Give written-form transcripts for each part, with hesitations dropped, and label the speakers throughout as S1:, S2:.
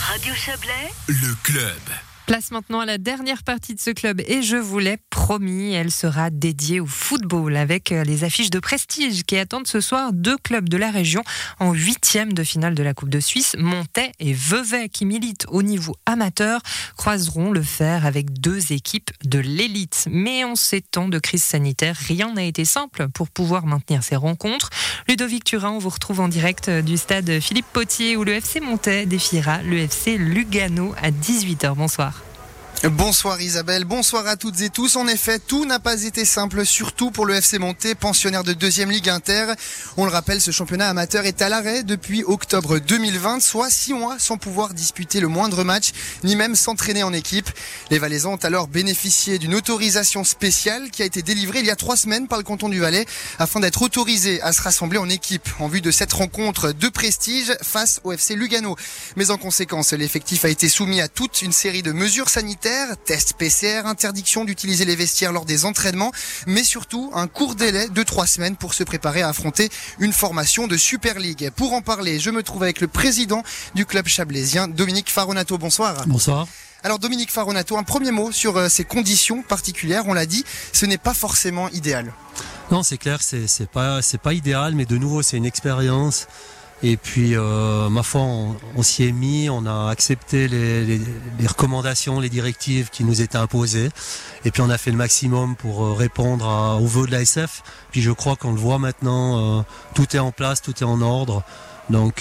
S1: Radio Chablais,
S2: le club.
S3: Place maintenant à la dernière partie de ce club et je vous l'ai promis, elle sera dédiée au football avec les affiches de prestige qui attendent ce soir deux clubs de la région en 8e de finale de la Coupe de Suisse. Montaix et Vevey qui militent au niveau amateur croiseront le fer avec deux équipes de l'élite. Mais en ces temps de crise sanitaire, rien n'a été simple pour pouvoir maintenir ces rencontres. Ludovic Turin, on vous retrouve en direct du stade Philippe Potier où le FC Montaix défiera le FC Lugano à 18h. Bonsoir.
S4: Bonsoir Isabelle, bonsoir à toutes et tous. En effet, tout n'a pas été simple, surtout pour le FC Montaix, pensionnaire de 2e Ligue Inter. On le rappelle, ce championnat amateur est à l'arrêt depuis octobre 2020, soit 6 mois sans pouvoir disputer le moindre match, ni même s'entraîner en équipe. Les Valaisans ont alors bénéficié d'une autorisation spéciale qui a été délivrée il y a 3 semaines par le canton du Valais, afin d'être autorisés à se rassembler en équipe, en vue de cette rencontre de prestige face au FC Lugano. Mais en conséquence, l'effectif a été soumis à toute une série de mesures sanitaires, tests PCR, interdiction d'utiliser les vestiaires lors des entraînements, mais surtout un court délai de 3 semaines pour se préparer à affronter une formation de Super League. Pour en parler, je me trouve avec le président du club chablaisien, Dominique Faronato. Bonsoir.
S5: Bonsoir.
S4: Alors Dominique Faronato, un premier mot sur ces conditions particulières. On l'a dit, ce n'est pas forcément idéal.
S5: Non, c'est clair, c'est pas idéal, mais de nouveau c'est une expérience. Et puis, ma foi, on s'y est mis, on a accepté les recommandations, les directives qui nous étaient imposées. Et puis, on a fait le maximum pour répondre aux vœux de l'ASF. Puis, je crois qu'on le voit maintenant, tout est en place, tout est en ordre. Donc,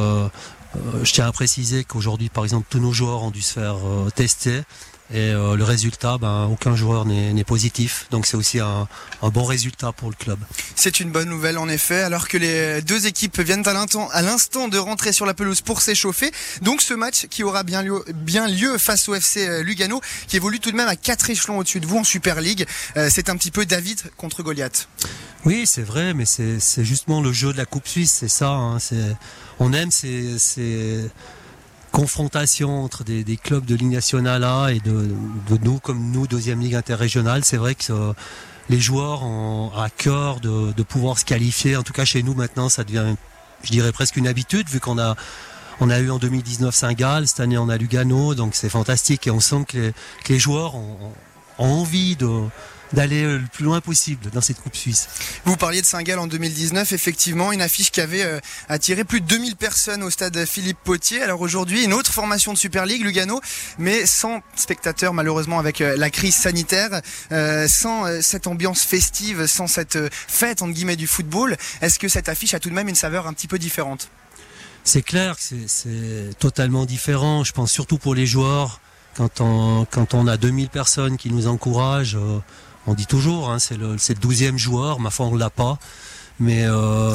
S5: je tiens à préciser qu'aujourd'hui, par exemple, tous nos joueurs ont dû se faire tester. Et le résultat, aucun joueur n'est positif, donc c'est aussi un bon résultat pour le club.
S4: C'est une bonne nouvelle en effet, alors que les deux équipes viennent à l'instant de rentrer sur la pelouse pour s'échauffer. Donc ce match qui aura bien lieu face au FC Lugano, qui évolue tout de même à 4 échelons au-dessus de vous en Super League, c'est un petit peu David contre Goliath.
S5: Oui, c'est vrai, mais c'est justement le jeu de la Coupe Suisse, c'est ça. Hein, on aime ces confrontation entre des clubs de Ligue nationale A et de nous, comme nous, 2e Ligue interrégionale. C'est vrai que les joueurs ont à cœur de pouvoir se qualifier. En tout cas, chez nous, maintenant, ça devient, je dirais, presque une habitude, vu qu'on a eu en 2019 Saint-Gall, cette année on a Lugano, donc c'est fantastique. Et on sent que les joueurs ont envie d'aller le plus loin possible dans cette Coupe Suisse.
S4: Vous parliez de Saint-Gall en 2019, effectivement, une affiche qui avait attiré plus de 2000 personnes au stade Philippe Potier. Alors aujourd'hui, une autre formation de Super League, Lugano, mais sans spectateurs malheureusement avec la crise sanitaire, sans cette ambiance festive, sans cette fête entre guillemets du football. Est-ce que cette affiche a tout de même une saveur un petit peu différente ?
S5: C'est clair que c'est totalement différent, je pense surtout pour les joueurs. Quand on a 2000 personnes qui nous encouragent, on dit toujours, hein, c'est le 12e joueur, ma foi on l'a pas, mais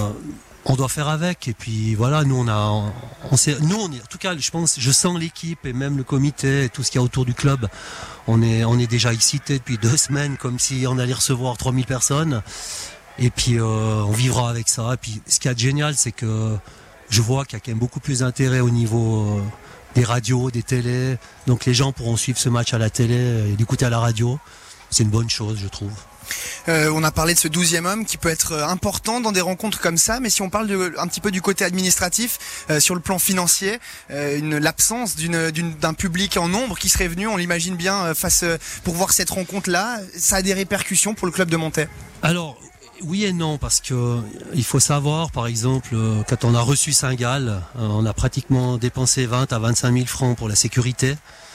S5: on doit faire avec. Et puis voilà, nous en tout cas, je sens l'équipe et même le comité et tout ce qu'il y a autour du club. On est déjà excité depuis 2 semaines, comme si on allait recevoir 3000 personnes. Et puis on vivra avec ça. Et puis ce qu'il y a de génial, c'est que je vois qu'il y a quand même beaucoup plus d'intérêt au niveau des radios, des télés. Donc les gens pourront suivre ce match à la télé et l'écouter à la radio. C'est une bonne chose, je trouve.
S4: On a parlé de ce 12e homme qui peut être important dans des rencontres comme ça, mais si on parle un petit peu du côté administratif, sur le plan financier, l'absence d'un public en nombre qui serait venu, on l'imagine bien, pour voir cette rencontre-là, ça a des répercussions pour le club de Montaix.
S5: Alors, oui et non, parce que il faut savoir, par exemple, quand on a reçu Saint-Gall, on a pratiquement dépensé 20 à 25 000 francs pour la sécurité.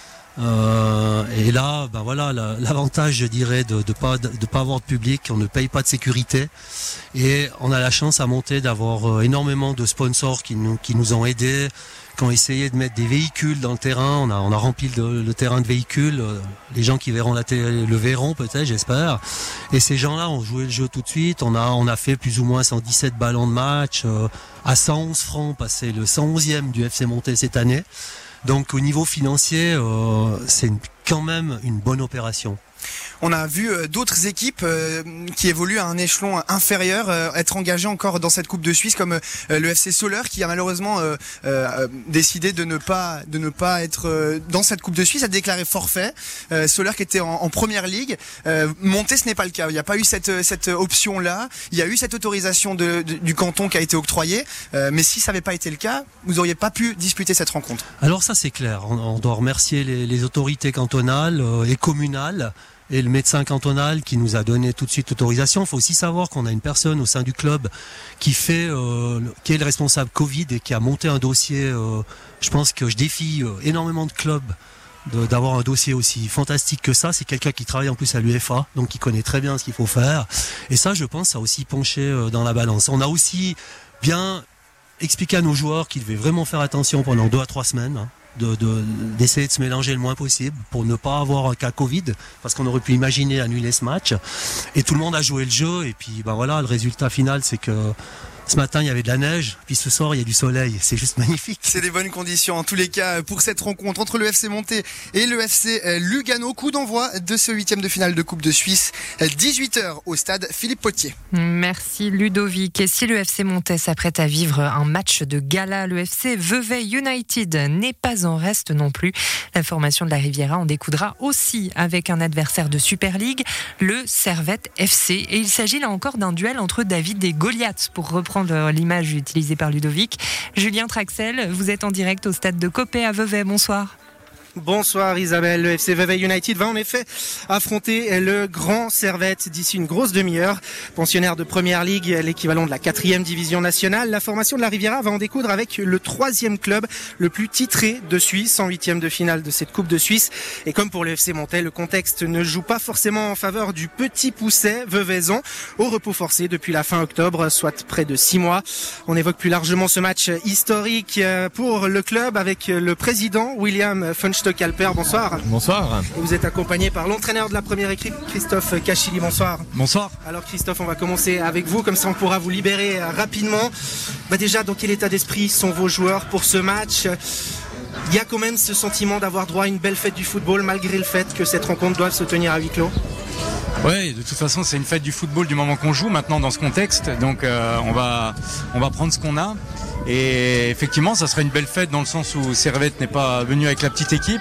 S5: Et là, voilà, l'avantage, je dirais, de pas avoir de public, on ne paye pas de sécurité, et on a la chance à Montaix d'avoir énormément de sponsors qui nous ont aidés, qui ont essayé de mettre des véhicules dans le terrain. On a rempli le terrain de véhicules. Les gens qui verront la télé le verront peut-être, j'espère. Et ces gens-là ont joué le jeu tout de suite. On a fait plus ou moins 117 ballons de match à 111 francs, passé le 111e du FC Montaix cette année. Donc au niveau financier, c'est quand même une bonne opération.
S4: On a vu d'autres équipes qui évoluent à un échelon inférieur être engagées encore dans cette Coupe de Suisse, comme le FC Soleure, qui a malheureusement décidé de ne pas être dans cette Coupe de Suisse, a déclaré forfait. Soleure qui était en première ligue, monter, ce n'est pas le cas. Il n'y a pas eu cette option-là. Il y a eu cette autorisation du canton qui a été octroyée, mais si ça n'avait pas été le cas, vous n'auriez pas pu disputer cette rencontre.
S5: Alors ça c'est clair, on doit remercier les autorités cantonales et communales et le médecin cantonal qui nous a donné tout de suite l'autorisation. Il faut aussi savoir qu'on a une personne au sein du club qui est le responsable Covid et qui a monté un dossier. Je pense que je défie énormément de clubs d'avoir un dossier aussi fantastique que ça. C'est quelqu'un qui travaille en plus à l'UEFA, donc qui connaît très bien ce qu'il faut faire. Et ça, je pense, ça a aussi penché dans la balance. On a aussi bien expliqué à nos joueurs qu'ils devaient vraiment faire attention pendant 2 à 3 semaines. D'essayer de se mélanger le moins possible pour ne pas avoir un cas Covid, parce qu'on aurait pu imaginer annuler ce match. Et tout le monde a joué le jeu, et puis voilà, le résultat final c'est que ce matin il y avait de la neige, puis ce soir il y a du soleil, c'est juste magnifique.
S4: C'est des bonnes conditions en tous les cas pour cette rencontre entre le FC Monté et le FC Lugano. Coup d'envoi de ce 8e de finale de Coupe de Suisse, 18h au stade Philippe Potier.
S3: Merci Ludovic. Et si le FC Monté s'apprête à vivre un match de gala, le FC Vevey United n'est pas en reste non plus. La formation de la Riviera en découdra aussi avec un adversaire de Super League, le Servette FC. Et il s'agit là encore d'un duel entre David et Goliath, pour reprendre l'image utilisée par Ludovic. Julien Traxel, vous êtes en direct au stade de Coppet à Vevey. Bonsoir.
S1: Bonsoir Isabelle, le FC Vevey United va en effet affronter le Grand Servette d'ici une grosse demi-heure. Pensionnaire de Première Ligue, l'équivalent de la 4e division nationale, la formation de la Riviera va en découdre avec le 3e club le plus titré de Suisse, en 8e de finale de cette Coupe de Suisse. Et comme pour le FC Montet, le contexte ne joue pas forcément en faveur du petit pousset veveysan, au repos forcé depuis la fin octobre, soit près de 6 mois. On évoque plus largement ce match historique pour le club avec le président William Funch-Calper. Bonsoir.
S2: Bonsoir.
S1: Et vous êtes accompagné par l'entraîneur de la première équipe, Christophe Cachili. Bonsoir.
S2: Bonsoir.
S1: Alors Christophe, on va commencer avec vous, comme ça on pourra vous libérer rapidement. Déjà, dans quel état d'esprit sont vos joueurs pour ce match ? Il y a quand même ce sentiment d'avoir droit à une belle fête du football, malgré le fait que cette rencontre doive se tenir à huis clos.
S2: Oui, de toute façon c'est une fête du football du moment qu'on joue maintenant dans ce contexte, donc on va prendre ce qu'on a. Et effectivement, ça serait une belle fête dans le sens où Servette n'est pas venu avec la petite équipe.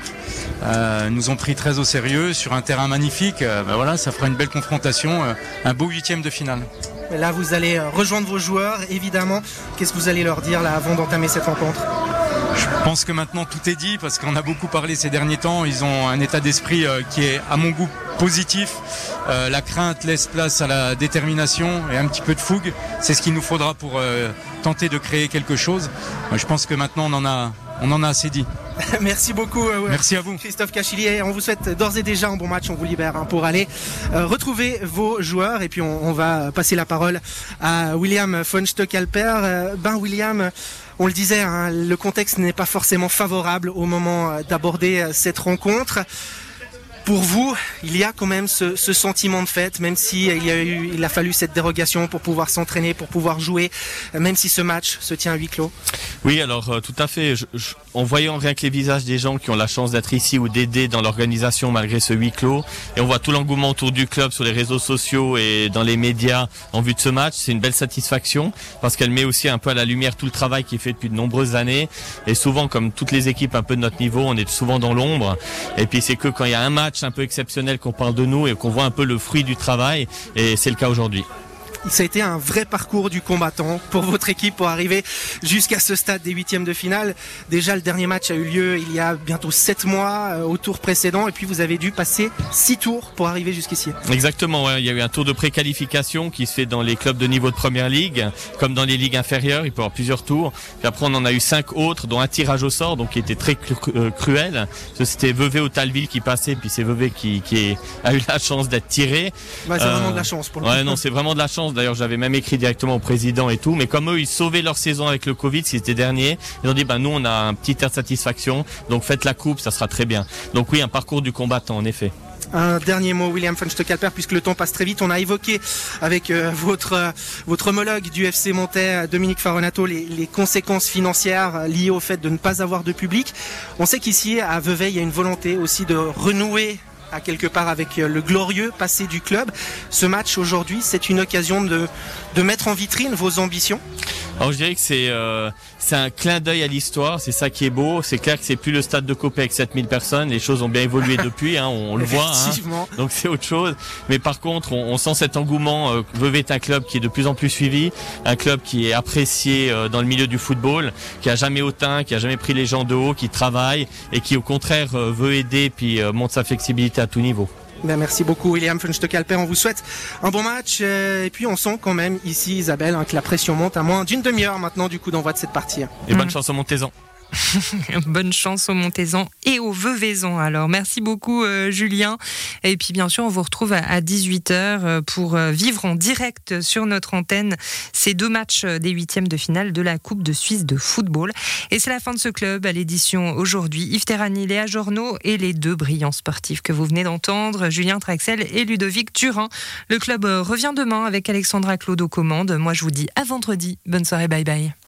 S2: Nous ont pris très au sérieux sur un terrain magnifique. Voilà, ça fera une belle confrontation, un beau 8e de finale.
S1: Là, vous allez rejoindre vos joueurs, évidemment. Qu'est-ce que vous allez leur dire là avant d'entamer cette rencontre ?
S2: Je pense que maintenant tout est dit parce qu'on a beaucoup parlé ces derniers temps. Ils ont un état d'esprit qui est à mon goût positif. La crainte laisse place à la détermination et un petit peu de fougue. C'est ce qu'il nous faudra pour tenter de créer quelque chose. Je pense que maintenant on en a assez dit.
S1: Merci beaucoup.
S2: Merci à vous.
S1: Christophe Cachili, on vous souhaite d'ores et déjà un bon match. On vous libère pour aller retrouver vos joueurs. Et puis on va passer la parole à William Funch-Calper. William, on le disait, le contexte n'est pas forcément favorable au moment d'aborder cette rencontre. Pour vous, il y a quand même ce sentiment de fête, même si il a fallu cette dérogation pour pouvoir s'entraîner, pour pouvoir jouer, même si ce match se tient à huis clos.
S6: Oui, alors tout à fait. En voyant rien que les visages des gens qui ont la chance d'être ici ou d'aider dans l'organisation malgré ce huis clos, et on voit tout l'engouement autour du club sur les réseaux sociaux et dans les médias en vue de ce match, c'est une belle satisfaction parce qu'elle met aussi un peu à la lumière tout le travail qui est fait depuis de nombreuses années. Et souvent, comme toutes les équipes un peu de notre niveau, on est souvent dans l'ombre. Et puis c'est que quand il y a un match un peu exceptionnel qu'on parle de nous et qu'on voit un peu le fruit du travail, et c'est le cas aujourd'hui.
S1: Ça a été un vrai parcours du combattant pour votre équipe pour arriver jusqu'à ce stade des 8e de finale. Déjà, le dernier match a eu lieu il y a bientôt 7 mois au tour précédent, et puis vous avez dû passer 6 tours pour arriver jusqu'ici.
S6: Exactement, ouais. Il y a eu un tour de préqualification qui se fait dans les clubs de niveau de première ligue, comme dans les ligues inférieures, il peut y avoir plusieurs tours. Puis après, on en a eu 5 autres, dont un tirage au sort, donc qui était très cruel. C'était Vevey au Talville qui passait, puis c'est Vevey qui a eu la chance d'être tiré.
S1: C'est vraiment de la chance pour le coup.
S6: Ouais, non, c'est vraiment de la chance. D'ailleurs, j'avais même écrit directement au président et tout, mais comme eux, ils sauvaient leur saison avec le Covid, c'était dernier, ils ont dit, nous, on a un petit air de satisfaction, donc faites la coupe, ça sera très bien. Donc oui, un parcours du combattant, en effet.
S1: Un dernier mot, William Funch-Calper, puisque le temps passe très vite. On a évoqué avec votre homologue du FC Montet, Dominique Faronato, les conséquences financières liées au fait de ne pas avoir de public. On sait qu'ici, à Vevey, il y a une volonté aussi de renouer à quelque part avec le glorieux passé du club. Ce match aujourd'hui, c'est une occasion de mettre en vitrine vos ambitions.
S6: Alors je dirais que c'est un clin d'œil à l'histoire, c'est ça qui est beau. C'est clair que c'est plus le stade de Coppet avec 7000 personnes, les choses ont bien évolué depuis, on le voit, donc c'est autre chose. Mais par contre, on sent cet engouement. Vevey est un club qui est de plus en plus suivi, un club qui est apprécié dans le milieu du football, qui a jamais hautain, qui a jamais pris les gens de haut, qui travaille et qui au contraire veut aider puis montre sa flexibilité à tout niveau.
S1: Ben, merci beaucoup William Fenstock-Alper, on vous souhaite un bon match et puis on sent quand même ici Isabelle que la pression monte à moins d'une demi-heure maintenant du coup d'envoi de cette partie.
S6: Et bonne chance au Montezan.
S3: Bonne chance au Montezan et au Veuvezan. Alors, merci beaucoup Julien. Et puis bien sûr, on vous retrouve à 18h pour vivre en direct sur notre antenne ces 2 matchs des 8e de finale de la Coupe de Suisse de football. Et c'est la fin de ce club à l'édition aujourd'hui. Yves Terrani, Léa Journeau et les 2 brillants sportifs que vous venez d'entendre, Julien Traxel et Ludovic Turin. Le club revient demain avec Alexandra Claude aux commandes. Moi, je vous dis à vendredi. Bonne soirée, bye bye.